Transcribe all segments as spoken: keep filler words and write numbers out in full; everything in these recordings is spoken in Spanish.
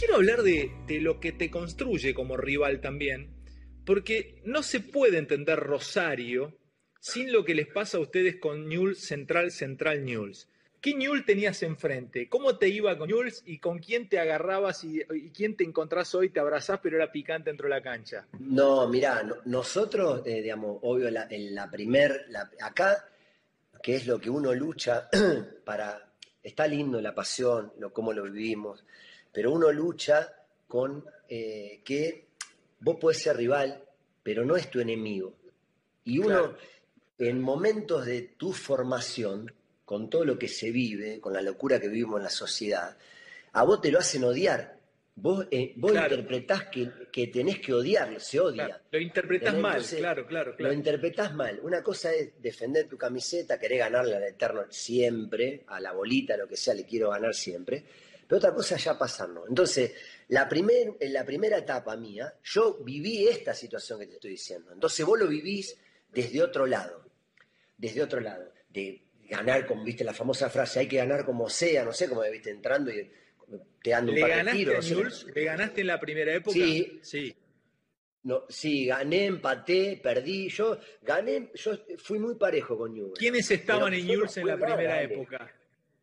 quiero hablar de, de lo que te construye como rival también, porque no se puede entender Rosario sin lo que les pasa a ustedes con Newell's Central Central Newell's. ¿Qué Newell's tenías enfrente? ¿Cómo te iba con Newell's y con quién te agarrabas y, y quién te encontrás hoy, te abrazás, pero era picante dentro de la cancha? No, mirá, no- nosotros, eh, digamos, obvio, la- en la primer, la- acá, que es lo que uno lucha para, está lindo la pasión, lo, cómo lo vivimos, pero uno lucha con eh, que vos podés ser rival, pero no es tu enemigo. Y uno, Claro. en momentos de tu formación, con todo lo que se vive, con la locura que vivimos en la sociedad, a vos te lo hacen odiar. Vos, eh, vos Claro, interpretás que, que tenés que odiarlo, se claro. odia. Lo interpretás ¿Entendés? mal, Entonces, claro, claro, lo claro. interpretás mal. Una cosa es defender tu camiseta, querer ganarle al Eterno siempre, a la bolita, lo que sea, le quiero ganar siempre. Pero otra cosa es ya pasarlo. Entonces, la primer, en la primera etapa mía, yo viví esta situación que te estoy diciendo. Entonces vos lo vivís desde otro lado, desde otro lado, de ganar, como viste la famosa frase, hay que ganar como sea, no sé, como viste entrando y te dando un ¿Le par de ganaste tiros, a no sé cómo. Newell's? ¿Le ganaste en la primera época? Sí, Sí. no, sí, gané, empaté, perdí, yo gané, yo fui muy parejo con Newell, ¿Quiénes pero estaban en yo no Newell's en jugué la mal, primera Ale. época?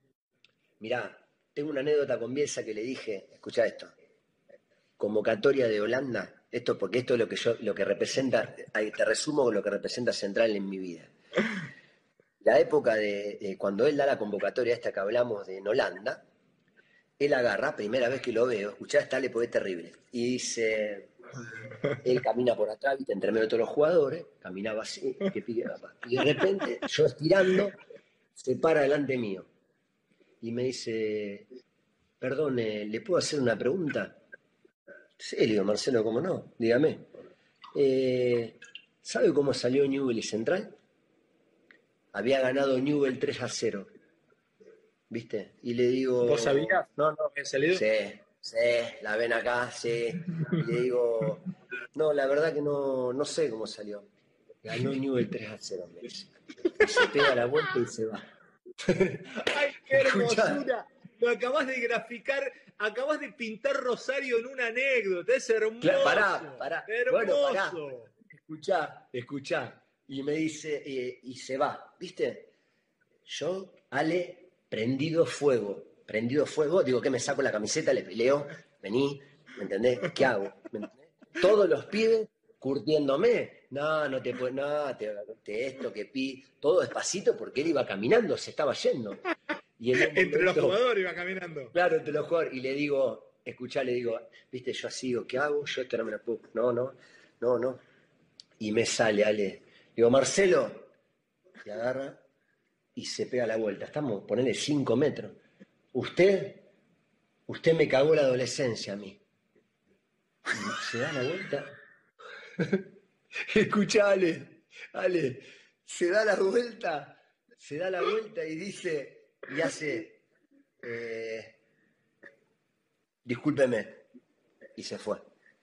Mirá, tengo una anécdota con Bielsa que le dije, escuchá esto, convocatoria de Holanda, esto porque esto es lo que yo, lo que representa, ahí te resumo lo que representa Central en mi vida. La época de, de cuando él da la convocatoria esta que hablamos de en Holanda, él agarra, primera vez que lo veo, escuchá, esta le es terrible, y dice, él camina por atrás, ¿viste? Entre medio de todos los jugadores, caminaba así, que pique papá. Y de repente, yo estirando, se para delante mío y me dice, perdón, eh, ¿le puedo hacer una pregunta? Sí, le digo, Marcelo, ¿cómo no? Dígame. Eh, ¿Sabe cómo salió Newell y Central? Había ganado Newell tres a cero, ¿viste? Y le ¿Vos digo, sabías? no, no, ¿Había salido? sí, sí, la ven acá, sí. Y le digo, no, la verdad que no, no sé cómo salió. Ganó Newell tres a cero, me dice. Y se pega la vuelta y se va. ¡Ay, qué Escuchá, hermosura! Lo acabas de graficar, acabas de pintar Rosario en una anécdota. Es cla- pará, hermoso, pará. Bueno, pará. hermoso. Escuchá, escuchá. Y me dice, eh, y se va, ¿viste? Yo, Ale, prendido fuego. Prendido fuego, digo que me saco la camiseta, le peleo, vení, ¿me entendés? ¿Qué hago? ¿Me entendés? Todos los pibes curtiéndome. No, no te puedo, no, te, te esto, que pi, todo despacito porque él iba caminando, se estaba yendo. Y en un Entre los momento, jugadores iba caminando. claro, te lo juego, y le digo, escuchá, le digo, viste, yo así digo, ¿qué hago? Yo esto no me lo puedo, no, no, no, no. Y me sale, Ale. Digo, Marcelo, y agarra y se pega la vuelta. Estamos, ponele cinco metros. Usted, usted me cagó la adolescencia a mí. Y se da la vuelta. Escuchá, Ale, Ale, se da la vuelta, se da la vuelta y dice, y hace, eh, discúlpeme, y se fue.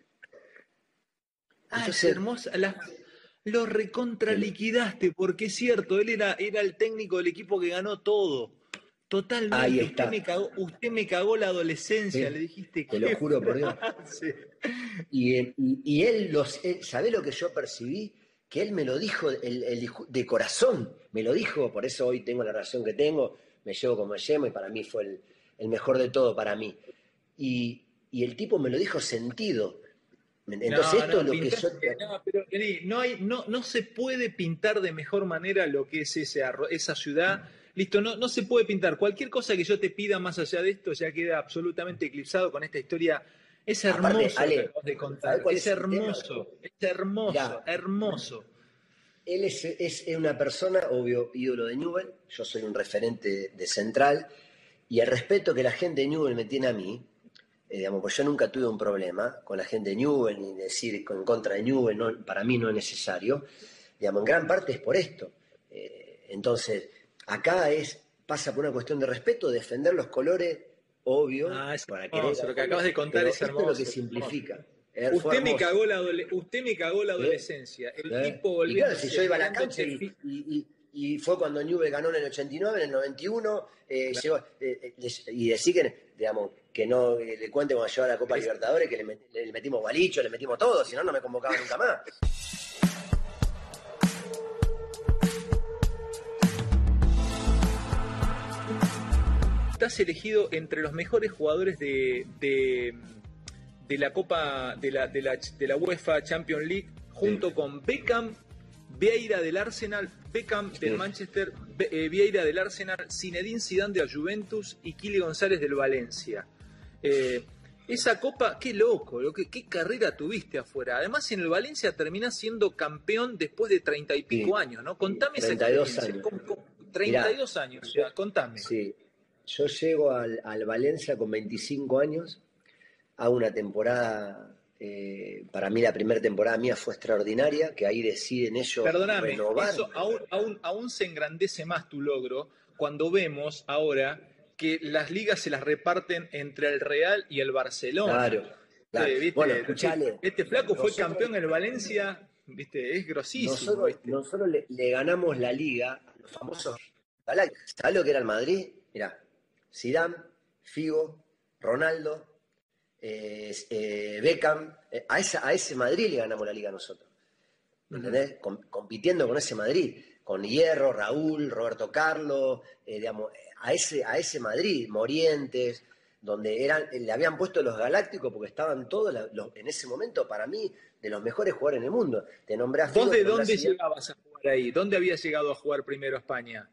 Ah, es Entonces, hermosa. La- lo te lo- recontraliquidaste, porque es cierto, él era, era el técnico del equipo que ganó todo. ahí Totalmente. Usted me está, cagó, usted me cagó la adolescencia, le ¿sí? dijiste, Te lo qué juro por Dios. frase. Y, él- y, y él, los, él, ¿sabés lo que yo percibí? Que él me lo dijo el, el- de corazón, me lo dijo, por eso hoy tengo la relación que tengo, me llevo como me llevo y para mí fue el, el mejor de todo para mí. Y, y el tipo me lo dijo sentido. Entonces No, esto es no, lo que yo... pintaste, no, pero vení, no hay, no, no se puede pintar de mejor manera lo que es ese arro- esa ciudad. Listo, no, no se puede pintar. Cualquier cosa que yo te pida más allá de esto ya queda absolutamente eclipsado con esta historia. Es Aparte, hermoso lo que Ale, acabas de ¿sabés contar. cuál Es es el tema? hermoso, es hermoso, Mirá, hermoso. él es, es una persona, obvio, ídolo de Newell, yo soy un referente de Central, y el respeto que la gente de Newell me tiene a mí, eh, digamos, pues yo nunca tuve un problema con la gente de Newell, ni decir en contra de Newell, no, para mí no es necesario, digamos, en gran parte es por esto. Eh, entonces, acá es, pasa por una cuestión de respeto, defender los colores, obvio, Ah, es para querer hermoso. Lo que ganarle, acabas de contar pero es esto es lo que hermoso, es hermoso. simplifica. Eh, fue Usted me hermoso. cagó la adole- usted me cagó la ¿Eh? adolescencia. El ¿Eh? tipo Y claro, si volviéndose, yo iba a la cancha volviéndose y, fi- y, y, y fue cuando Newell's ganó en el ochenta y nueve, en el noventa y uno, eh, claro. llegó, eh, eh, y decir que, digamos, que no eh, le cuente cuando llegó a la Copa Libertadores, que le, met, le metimos Balicho, le metimos todo, si no, no me convocaba nunca más. Estás elegido entre los mejores jugadores de, de, de la Copa, de la, de, la, de la UEFA Champions League, junto sí. con Beckham, Vieira del Arsenal, Beckham del sí. Manchester, Be, eh, Vieira del Arsenal, Zinedine Zidane de la Juventus y Kili González del Valencia. Eh, esa copa, qué loco, lo que, qué carrera tuviste afuera. Además, en el Valencia terminás siendo campeón después de treinta y pico sí. años, ¿no? Contame esa experiencia. Años. ¿Cómo, cómo, treinta y dos Mirá, años, ya, contame. Sí, yo llego al, al Valencia con veinticinco años, hago una temporada... Eh, para mí la primera temporada mía fue extraordinaria, que ahí deciden ellos Perdóname, renovar. Eso aún, aún, aún se engrandece más tu logro cuando vemos ahora que las ligas se las reparten entre el Real y el Barcelona. Claro, claro. Eh, ¿viste? Bueno, escuchale, este flaco nosotros, fue campeón en el Valencia, ¿viste? Es grosísimo. Nosotros, ¿viste? nosotros le, le ganamos la liga a los famosos Galácticos. ¿Sabés lo que era el Madrid? Mirá, Zidane, Figo, Ronaldo, Eh, eh, Beckham, eh, a, esa, a ese Madrid le ganamos la liga nosotros, ¿entendés? Uh-huh. Com, compitiendo con ese Madrid, con Hierro, Raúl, Roberto Carlos, eh, digamos, a ese, a ese Madrid, Morientes, donde eran, le habían puesto los Galácticos porque estaban todos, la, los, en ese momento, para mí, de los mejores jugadores en el mundo. Te nombré a ¿Vos de dónde llegabas a jugar ahí? ¿Dónde habías llegado a jugar primero a España?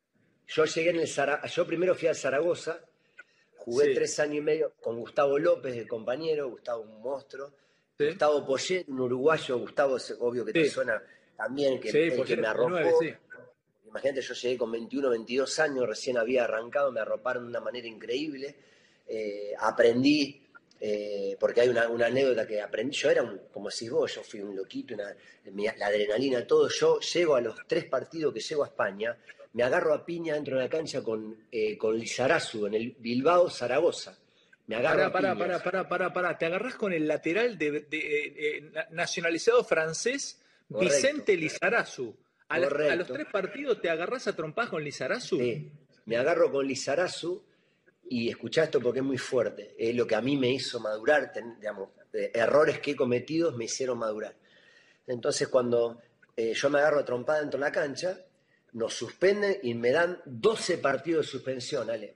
Yo llegué en el Zara, yo primero fui a Zaragoza. Jugué sí. tres años y medio con Gustavo López, el compañero, Gustavo un monstruo, sí. Gustavo Poyet, un uruguayo, Gustavo, obvio que sí. te suena también, que, sí, el que me arropó. nueve, sí. Imagínate, yo llegué con veintiuno, veintidós años, recién había arrancado, me arroparon de una manera increíble. Eh, aprendí, eh, porque hay una, una anécdota que aprendí, yo era, un, como decís vos, yo fui un loquito, una, la adrenalina, todo. Yo llego a los tres partidos que llego a España, me agarro a piña dentro de la cancha con, eh, con Lizarazu en el Bilbao Zaragoza. Me agarro pará, a pará, pará, pará, pará, pará. Te agarrás con el lateral de, de, de eh, nacionalizado francés, correcto. Vicente Lizarazu. A, la, a los tres partidos te agarrás a trompás con Lizarazu. Sí, me agarro con Lizarazu y escuchá esto porque es muy fuerte. Es lo que a mí me hizo madurar, ten, digamos, eh, errores que he cometido me hicieron madurar. Entonces cuando eh, yo me agarro a trompada dentro de la cancha, nos suspenden y me dan doce partidos de suspensión, Ale.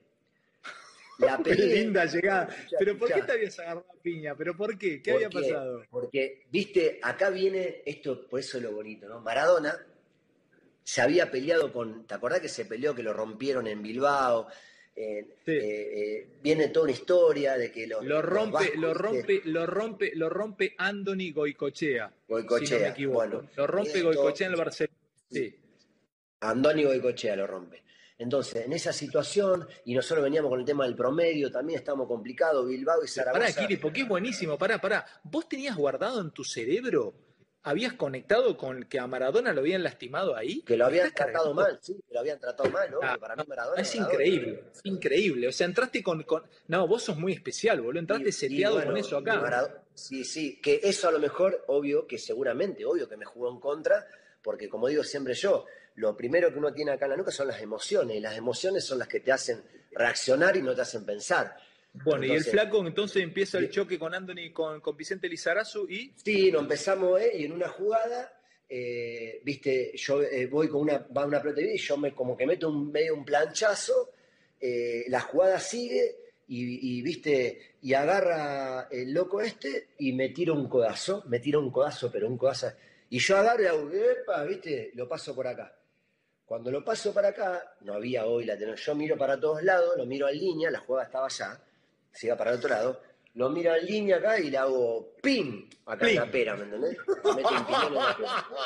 La qué linda llegada. Escuchá, ¿Pero por escuchá. qué te habías agarrado a piña? ¿Pero por qué? ¿Qué porque, había pasado? Porque, viste, acá viene esto, por eso es lo bonito, ¿no? Maradona se había peleado con, ¿te acordás que se peleó, que lo rompieron en Bilbao? Eh, sí. eh, eh, viene toda una historia de que los, lo rompe, los lo rompe, que... lo rompe, lo rompe Andoni Goicoechea. Goicoechea, si no me equivoco. Bueno, lo rompe esto... Goicoechea en el Barcelona. Sí. Andoni Goicoechea lo rompe. Entonces, en esa situación, y nosotros veníamos con el tema del promedio, también estábamos complicados, Bilbao y Zaragoza. Pará, Kiri, porque es buenísimo, pará, pará. ¿Vos tenías guardado en tu cerebro, habías conectado con que a Maradona lo habían lastimado ahí? Que lo habían tratado mal, sí, que lo habían tratado mal, ¿no? Ah, para mí Maradona... Es Maradona, increíble, es increíble. O sea, entraste con, con... No, vos sos muy especial, boludo, entraste y, seteado y bueno, con eso acá. Marad... Sí, sí, que eso a lo mejor, obvio, que seguramente, obvio que me jugó en contra, porque como digo siempre yo, lo primero que uno tiene acá en la nuca son las emociones, y las emociones son las que te hacen reaccionar y no te hacen pensar. Bueno, entonces, y el flaco entonces empieza el choque con Andoni, con, con Vicente Lizarazu y... Sí, nos empezamos, ¿eh? Y en una jugada, eh, viste, yo eh, voy con una, va una pelota y yo me como que meto un, medio un planchazo, eh, la jugada sigue y, y, viste, y agarra el loco este y me tira un codazo, me tira un codazo, pero un codazo... Y yo agarro y hago, epa, viste, lo paso por acá. Cuando lo paso para acá, no había hoy la tenés, yo miro para todos lados, lo miro en línea, la jugada estaba allá, se iba para el otro lado, lo miro en línea acá y le hago ¡pim! Acá ¡pim! En la pera, ¿me entendés? Me meto un piñón en la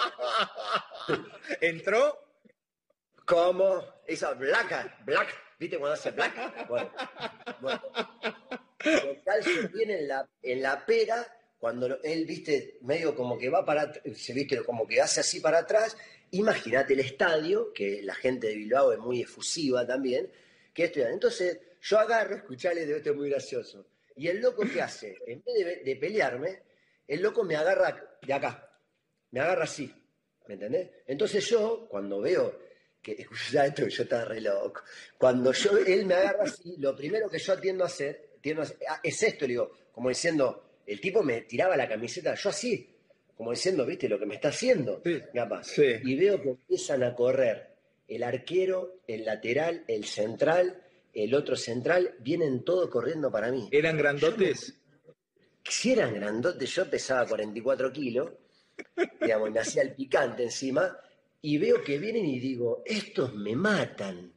pera. ¿Entró? ¿Cómo? Hizo black, black, ¿viste cuando hace black? Bueno, bueno. Total se tiene en la, en la pera, cuando él, viste, medio como que va para, se viste, como que hace así para atrás. Imagínate el estadio, que la gente de Bilbao es muy efusiva también, que esto, entonces yo agarro, escuchale, esto es muy gracioso, y el loco ¿qué hace? En vez de, de pelearme, el loco me agarra de acá, me agarra así, ¿me entendés? Entonces yo, cuando veo que ya esto, yo estaba re loco. Cuando yo, él me agarra así, lo primero que yo tiendo a hacer, tiendo a hacer ah, es esto, le digo, como diciendo, el tipo me tiraba la camiseta, yo así, como diciendo, ¿viste lo que me está haciendo? Sí, Capaz. sí. Y veo que empiezan a correr el arquero, el lateral, el central, el otro central, vienen todos corriendo para mí. ¿Eran Yo grandotes? me, si eran grandotes, yo pesaba cuarenta y cuatro kilos, digamos, me hacía el picante encima, y veo que vienen y digo, estos me matan,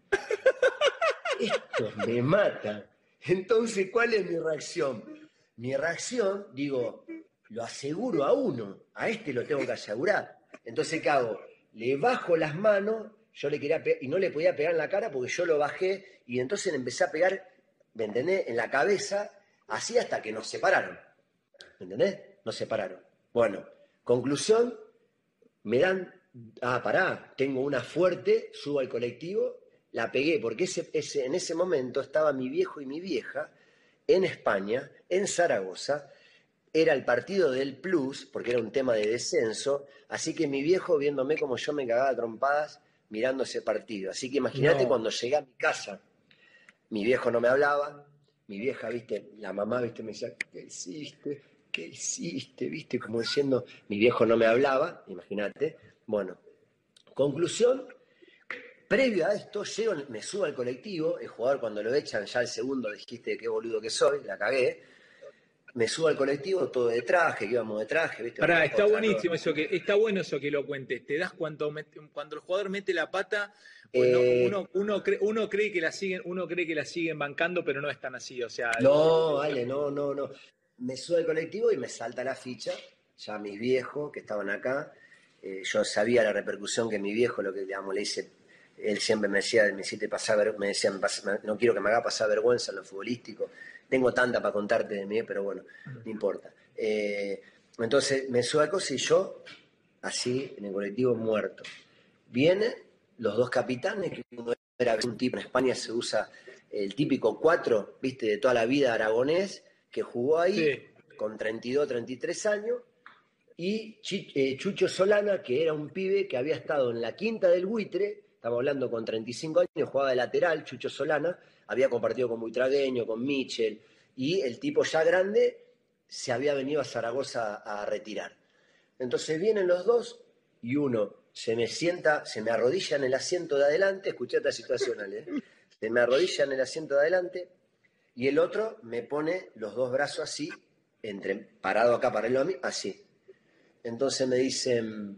estos me matan. Entonces, ¿cuál es mi reacción? Mi reacción, digo, lo aseguro a uno, a este lo tengo que asegurar. Entonces, ¿qué hago? Le bajo las manos, yo le quería pegar, y no le podía pegar en la cara porque yo lo bajé, y entonces le empecé a pegar, ¿me entendés? En la cabeza, así hasta que nos separaron. ¿Me entendés? Nos separaron. Bueno, conclusión, me dan, ah, pará, tengo una fuerte, subo al colectivo, la pegué, porque ese, ese, en ese momento estaba mi viejo y mi vieja en España, en Zaragoza, era el partido del Plus, porque era un tema de descenso, así que mi viejo viéndome como yo me cagaba a trompadas mirando ese partido. Así que imagínate No. cuando llegué a mi casa, mi viejo no me hablaba, mi vieja, viste, la mamá, viste, me decía, ¿qué hiciste? ¿Qué hiciste? Viste, como diciendo, mi viejo no me hablaba, imagínate. Bueno, conclusión, previo a esto, llego, me subo al colectivo, el jugador cuando lo echan, ya el segundo dijiste qué boludo que soy, la cagué. Me subo al colectivo, todo de traje, que íbamos de traje, ¿viste? Pará, Otra, está otra buenísimo no. eso que, está bueno eso que lo cuentes. Te das cuando, cuando el jugador mete la pata, pues no, Eh, uno, uno, cree, uno cree que la siguen, uno cree que la siguen bancando, pero no es tan así. O sea, no, vale, no, no, no. Me subo al colectivo y me salta la ficha, ya mis viejos que estaban acá, eh, yo sabía la repercusión que mi viejo, lo que digamos, le hice, él siempre me decía, me hiciste pasar, me decía, no quiero que me haga pasar vergüenza en lo futbolístico, tengo tanta para contarte de mí, pero bueno, no importa. Eh, entonces me subo al coche y yo, así, en el colectivo muerto. Vienen los dos capitanes, que uno era un tipo, en España se usa el típico cuatro, viste, de toda la vida aragonés, que jugó ahí sí. con treinta y dos, treinta y tres años, y Chucho Solana, que era un pibe que había estado en la quinta del Buitre, estamos hablando con treinta y cinco años, jugaba de lateral, Chucho Solana, había compartido con Buitragueño, con Michel, y el tipo ya grande se había venido a Zaragoza a retirar. Entonces vienen los dos y uno se me sienta, se me arrodilla en el asiento de adelante, escuché esta situación, Ale, ¿eh? Se me arrodilla en el asiento de adelante y el otro me pone los dos brazos así, entre, parado acá para a mí, así. Entonces me dicen,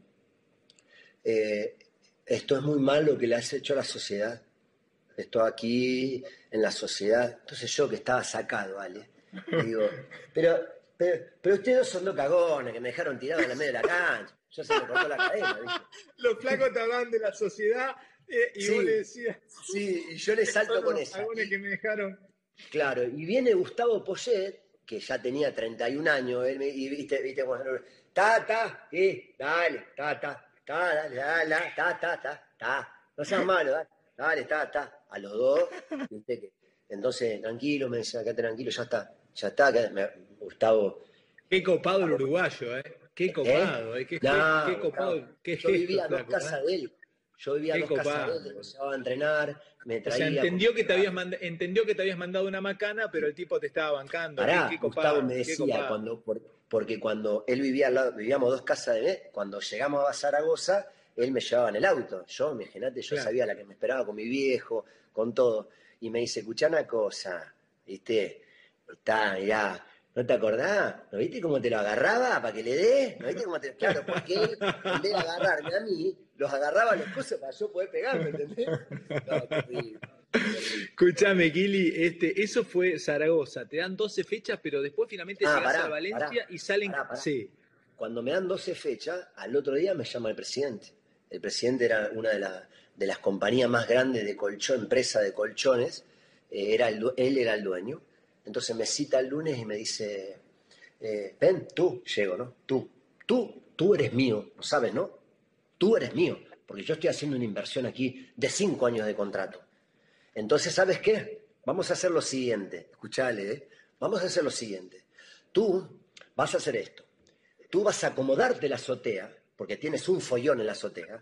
eh, esto es muy malo que le has hecho a la sociedad, esto aquí en la sociedad. Entonces yo que estaba sacado, Ale, le digo, pero, pero, pero ustedes son dos cagones que me dejaron tirado en la medio de la cancha. Yo se me cortó la cadena, ¿viste? Los flacos te hablan de la sociedad eh, y Sí, vos le decías, sí, y yo le salto son con los esa. cagones Y, que me dejaron. claro, y viene Gustavo Poyet, que ya tenía treinta y un años, él me, y viste, viste, cuando, ta, ta, eh, dale, ta, ta, ta, dale, dale, ta, ta, ta, ta, no seas malo, dale, dale, ta, ta, a los dos, viste que, entonces, tranquilo, me decía, quédate tranquilo, ya está, ya está, quédate, me, Gustavo, Qué copado el Gustavo, uruguayo, ¿eh? Qué ¿eh? copado, ¿eh? Qué, gesto, qué No, Gustavo, copado, qué yo gesto, vivía a dos flaco, ¿eh? casas de él, yo vivía a Qué dos casas de él, copado. lo llevaba a entrenar, me O sea, traía, entendió que te compraba. habías manda- entendió que te habías mandado una macana, pero el tipo te estaba bancando. Qué, Pará, qué Gustavo me copado, qué decía, copado. cuando, por- porque cuando él vivía al lado, vivíamos dos casas de mí, cuando llegamos a Zaragoza, él me llevaba en el auto. Yo, imagínate, yo Claro. sabía la que me esperaba con mi viejo, con todo. Y me dice, escuchá una cosa, ¿viste? Está, mirá, ¿no te acordás? ¿No viste cómo te lo agarraba para que le dé? ¿No viste cómo te...? Claro, porque él, en vez de agarrarme a mí, los agarraba a los cosas para yo poder pegarme, ¿entendés? No, terrible, terrible. Escuchame, Kili, este, eso fue Zaragoza. Te dan doce fechas, pero después finalmente Ah, llegás a pará, pará, Valencia y salen. pará, pará. Sí, Cuando me dan doce fechas, al otro día me llama el presidente. El presidente era una de, la- de las compañías más grandes de colchón, empresa de colchones. Eh, era el due- él era el dueño. Entonces me cita el lunes y me dice, eh, ven, tú, llego, ¿no? Tú, tú, tú eres mío, ¿lo sabes, no? Tú eres mío, porque yo estoy haciendo una inversión aquí de cinco años de contrato. Entonces, ¿sabes qué? Vamos a hacer lo siguiente. Escuchale, ¿eh? Vamos a hacer lo siguiente. Tú vas a hacer esto. Tú vas a acomodarte la azotea, porque tienes un follón en la azotea.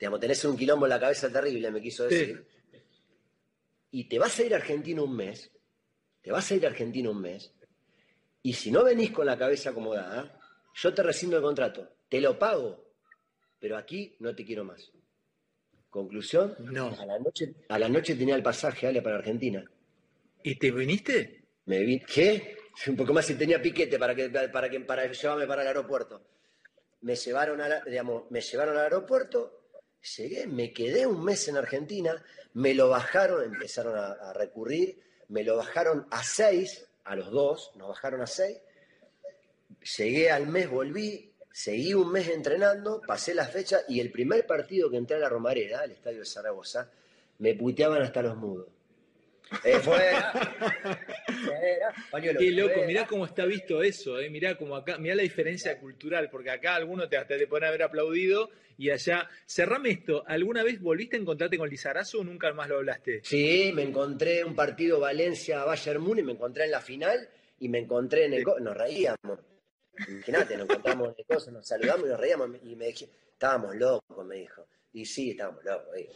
digamos, tenés un quilombo en la cabeza terrible, me quiso decir, sí. Y te vas a ir a Argentina un mes, te vas a ir a Argentina un mes, y si no venís con la cabeza acomodada, yo te rescindo el contrato, te lo pago, pero aquí no te quiero más. Conclusión, no. a la noche, a la noche tenía el pasaje, Ale, para Argentina. ¿Y te viniste? Me vi, ¿qué? Un poco más si tenía piquete para que para que para llevarme para el aeropuerto. Me llevaron a digamos, me llevaron al aeropuerto, llegué, me quedé un mes en Argentina, me lo bajaron, empezaron a, a recurrir, me lo bajaron a seis, a los dos, nos bajaron a seis. Llegué al mes, volví. Seguí un mes entrenando, pasé la fecha y el primer partido que entré a la Romareda, al estadio de Zaragoza, me puteaban hasta los mudos. Eh, fuera, fuera, pañuelo, Qué loco, fuera. mirá cómo está visto eso, eh. Mirá como acá, mirá la diferencia cultural, porque acá algunos te, hasta te pueden haber aplaudido y allá. Cerrame esto, ¿alguna vez volviste a encontrarte con Lizarazo o nunca más lo hablaste? Sí, me encontré un partido Valencia-Bayern Múnich, me encontré en la final y me encontré en el... Sí. Nos reíamos. Imagínate, nos encontramos en el coso, nos saludamos y nos reíamos y me dije, estábamos locos, me dijo. Y sí, estábamos locos, digo.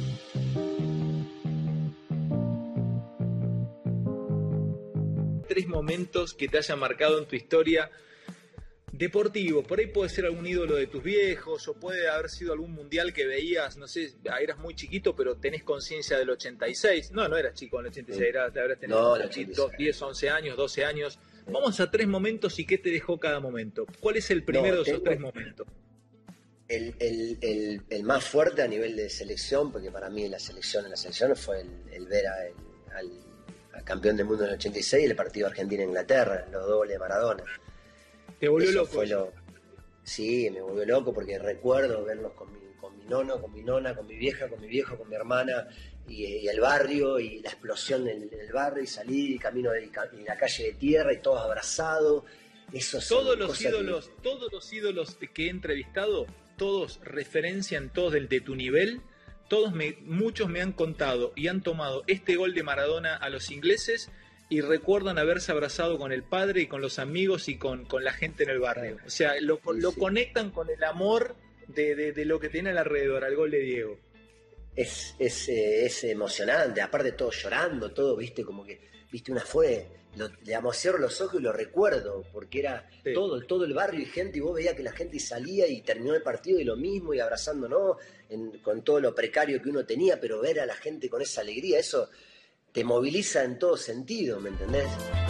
Tres momentos que te hayan marcado en tu historia deportivo. Por ahí puede ser algún ídolo de tus viejos o puede haber sido algún mundial que veías, no sé, eras muy chiquito pero tenés conciencia del ochenta y seis. No, no eras chico en el ochenta y seis, eras, habrás tenido no, diez, once años, doce años. Vamos a tres momentos y qué te dejó cada momento. ¿Cuál es el primero no, de esos tres momentos? El, el, el, el más fuerte a nivel de selección, porque para mí la selección en la selección fue el, el ver a, el, al, al campeón del mundo en el ochenta y seis y el partido Argentina-Inglaterra, los dobles de Maradona. ¿Te volvió Eso loco? Fue lo, sí, me volvió loco porque recuerdo verlos con mi, con mi nono, con mi nona, con mi vieja, con mi viejo, con mi hermana y, y el barrio y la explosión en el, en el barrio y salir y camino de y la calle de tierra y todos abrazados. Esos todos los ídolos, que... todos los ídolos que he entrevistado, todos referencian todos del de tu nivel. Todos me, muchos me han contado y han tomado este gol de Maradona a los ingleses y recuerdan haberse abrazado con el padre y con los amigos y con, con la gente en el barrio. O sea, lo, sí, lo sí. conectan con el amor de, de, de lo que tienen alrededor, al gol de Diego. Es, es, es emocionante, aparte todo llorando, todo, viste, como que, viste, una fue, lo, digamos, cierro los ojos y lo recuerdo, porque era sí. todo, todo el barrio y gente, y vos veías que la gente salía y terminó el partido y lo mismo, y abrazándonos, en, con todo lo precario que uno tenía, pero ver a la gente con esa alegría, eso te moviliza en todo sentido, ¿me entendés?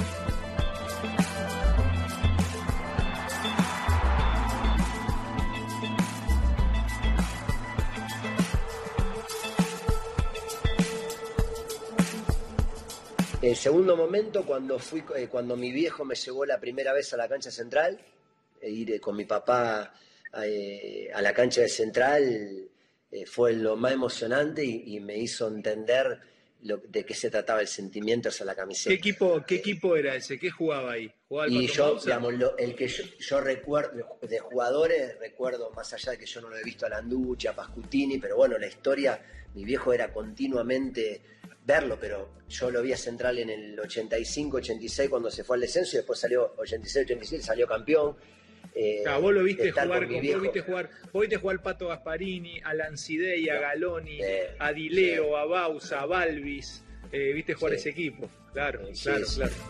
El segundo momento, cuando fui, eh, cuando mi viejo me llevó la primera vez a la cancha central, e ir con mi papá eh, a la cancha de Central, eh, fue lo más emocionante y, y me hizo entender lo, de qué se trataba el sentimiento hacia la camiseta. ¿Qué equipo, qué equipo era ese? ¿Qué jugaba ahí? ¿Jugaba el y Pato yo, Mauser? digamos, lo, el que yo, yo recuerdo, de jugadores, recuerdo, más allá de que yo no lo he visto a Landucci, a Pascutini, pero bueno, la historia, mi viejo era continuamente verlo, pero yo lo vi a Central en el ochenta y cinco, ochenta y seis cuando se fue al descenso y después salió ochenta y seis, ochenta y siete, salió campeón. Eh, ah, vos lo viste jugar, con, vos viste jugar, vos viste jugar al Pato Gasparini, a Lancidei, a Galoni, eh, a Dileo, sí. a Bausa, a Balvis, eh, viste jugar sí. ese equipo, claro, sí, claro, sí. claro.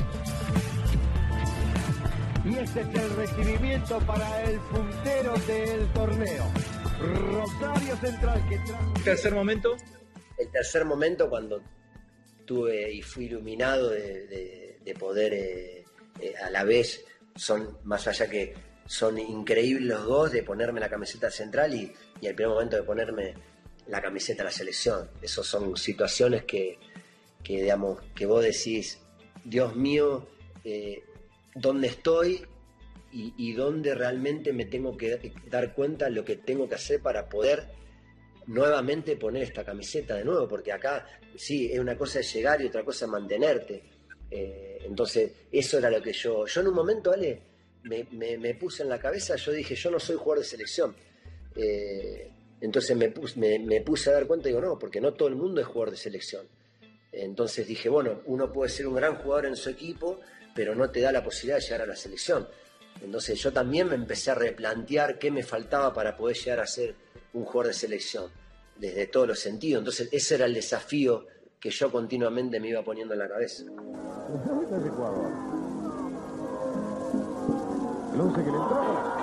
Y este es el recibimiento para el puntero del torneo, Rosario Central. Que tra... ¿Tercer momento? El tercer momento cuando tuve y fui iluminado de, de, de poder eh, eh, a la vez, son más allá que son increíbles los dos, de ponerme la camiseta Central y, y el primer momento de ponerme la camiseta de la selección. Esas son situaciones que, que, digamos, que vos decís, Dios mío, eh, ¿dónde estoy? Y, y dónde realmente me tengo que dar cuenta de lo que tengo que hacer para poder nuevamente poner esta camiseta de nuevo, porque acá sí, es una cosa de llegar y otra cosa de mantenerte. Eh, entonces, eso era lo que yo... Yo en un momento, Ale, me, me, me puse en la cabeza, yo dije, yo no soy jugador de selección. Eh, entonces me puse, me, me puse a dar cuenta y digo, no, porque no todo el mundo es jugador de selección. Entonces dije, bueno, uno puede ser un gran jugador en su equipo, pero no te da la posibilidad de llegar a la selección. Entonces yo también me empecé a replantear qué me faltaba para poder llegar a ser un jugador de selección, desde todos los sentidos. Entonces ese era el desafío que yo continuamente me iba poniendo en la cabeza. El once que le entró.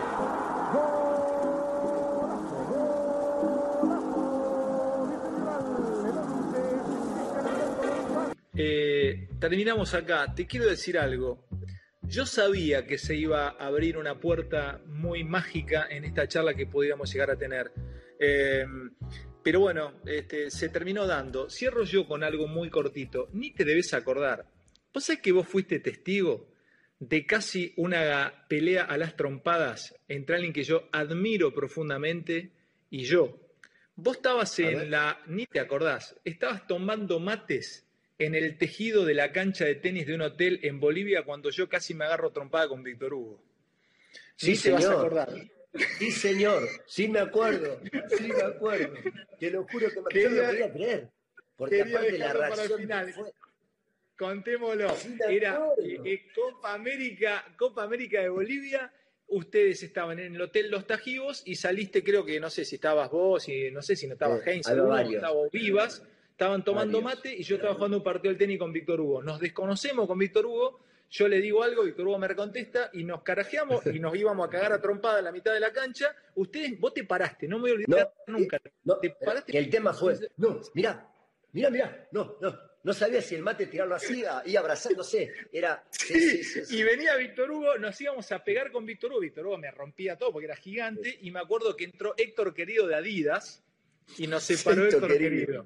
Eh, terminamos acá. Te quiero decir algo. Yo sabía que se iba a abrir una puerta muy mágica en esta charla que podíamos llegar a tener. Eh, pero bueno, este, se terminó dando. Cierro yo con algo muy cortito. Ni te debes acordar. ¿Vos sabés que vos fuiste testigo de casi una pelea a las trompadas entre alguien que yo admiro profundamente y yo? Vos estabas en la... Ni te acordás. Estabas tomando mates en el tejido de la cancha de tenis de un hotel en Bolivia cuando yo casi me agarro trompada con Víctor Hugo. Sí, señor. Te vas a acordar. Sí, señor. Sí me acuerdo. Sí me acuerdo. Te lo juro que me quería, yo no podía creer. Porque aparte la reacción para el final. Fue... Contémoslo. Sí Era eh, eh, Copa América, Copa América de Bolivia. Ustedes estaban en el Hotel Los Tajivos y saliste, creo que no sé si estabas vos, y no sé si no estabas eh, Heinz, alguno, estaba Vivas. Estaban tomando Varios. mate y yo estaba jugando un partido del tenis con Víctor Hugo. Nos desconocemos con Víctor Hugo, yo le digo algo, Víctor Hugo me recontesta y nos carajeamos y nos íbamos a cagar a trompada en la mitad de la cancha. Ustedes, vos te paraste, no me voy a olvidar no, nunca. No, te paraste. Que el tema fue, no, mirá, mirá, mirá, no, no, no sabía si el mate tirarlo así y abrazándose. Era. Sí, sí, sí, sí. Y venía Víctor Hugo, nos íbamos a pegar con Víctor Hugo. Víctor Hugo me rompía todo porque era gigante y me acuerdo que entró Héctor Querido de Adidas y nos separó Héctor, Héctor Querido. querido.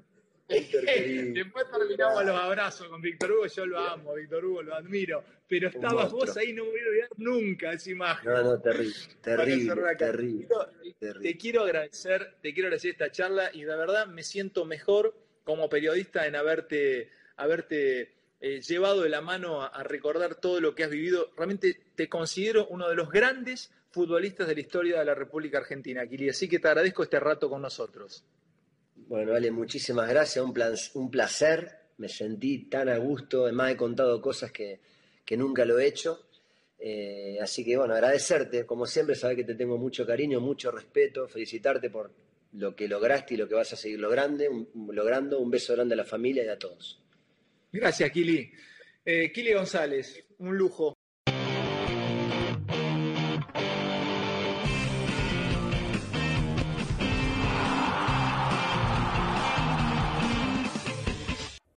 Después terminamos los abrazos con Víctor Hugo, yo lo amo, Víctor Hugo, lo admiro, pero estabas vos ahí, no me voy a olvidar nunca esa imagen. No, no, terrible, terrible, terrible, te, terrible. Te quiero agradecer, te quiero agradecer esta charla y de verdad me siento mejor como periodista en haberte, haberte eh, llevado de la mano a, a recordar todo lo que has vivido. Realmente te considero uno de los grandes futbolistas de la historia de la República Argentina, Kili, así que te agradezco este rato con nosotros. Bueno, Ale, muchísimas gracias, un, plan, un placer, me sentí tan a gusto, además he contado cosas que, que nunca lo he hecho, eh, así que bueno, agradecerte, como siempre, sabes que te tengo mucho cariño, mucho respeto, felicitarte por lo que lograste y lo que vas a seguir logrando, un, logrando, un beso grande a la familia y a todos. Gracias, Kili. Eh, Kili González, un lujo.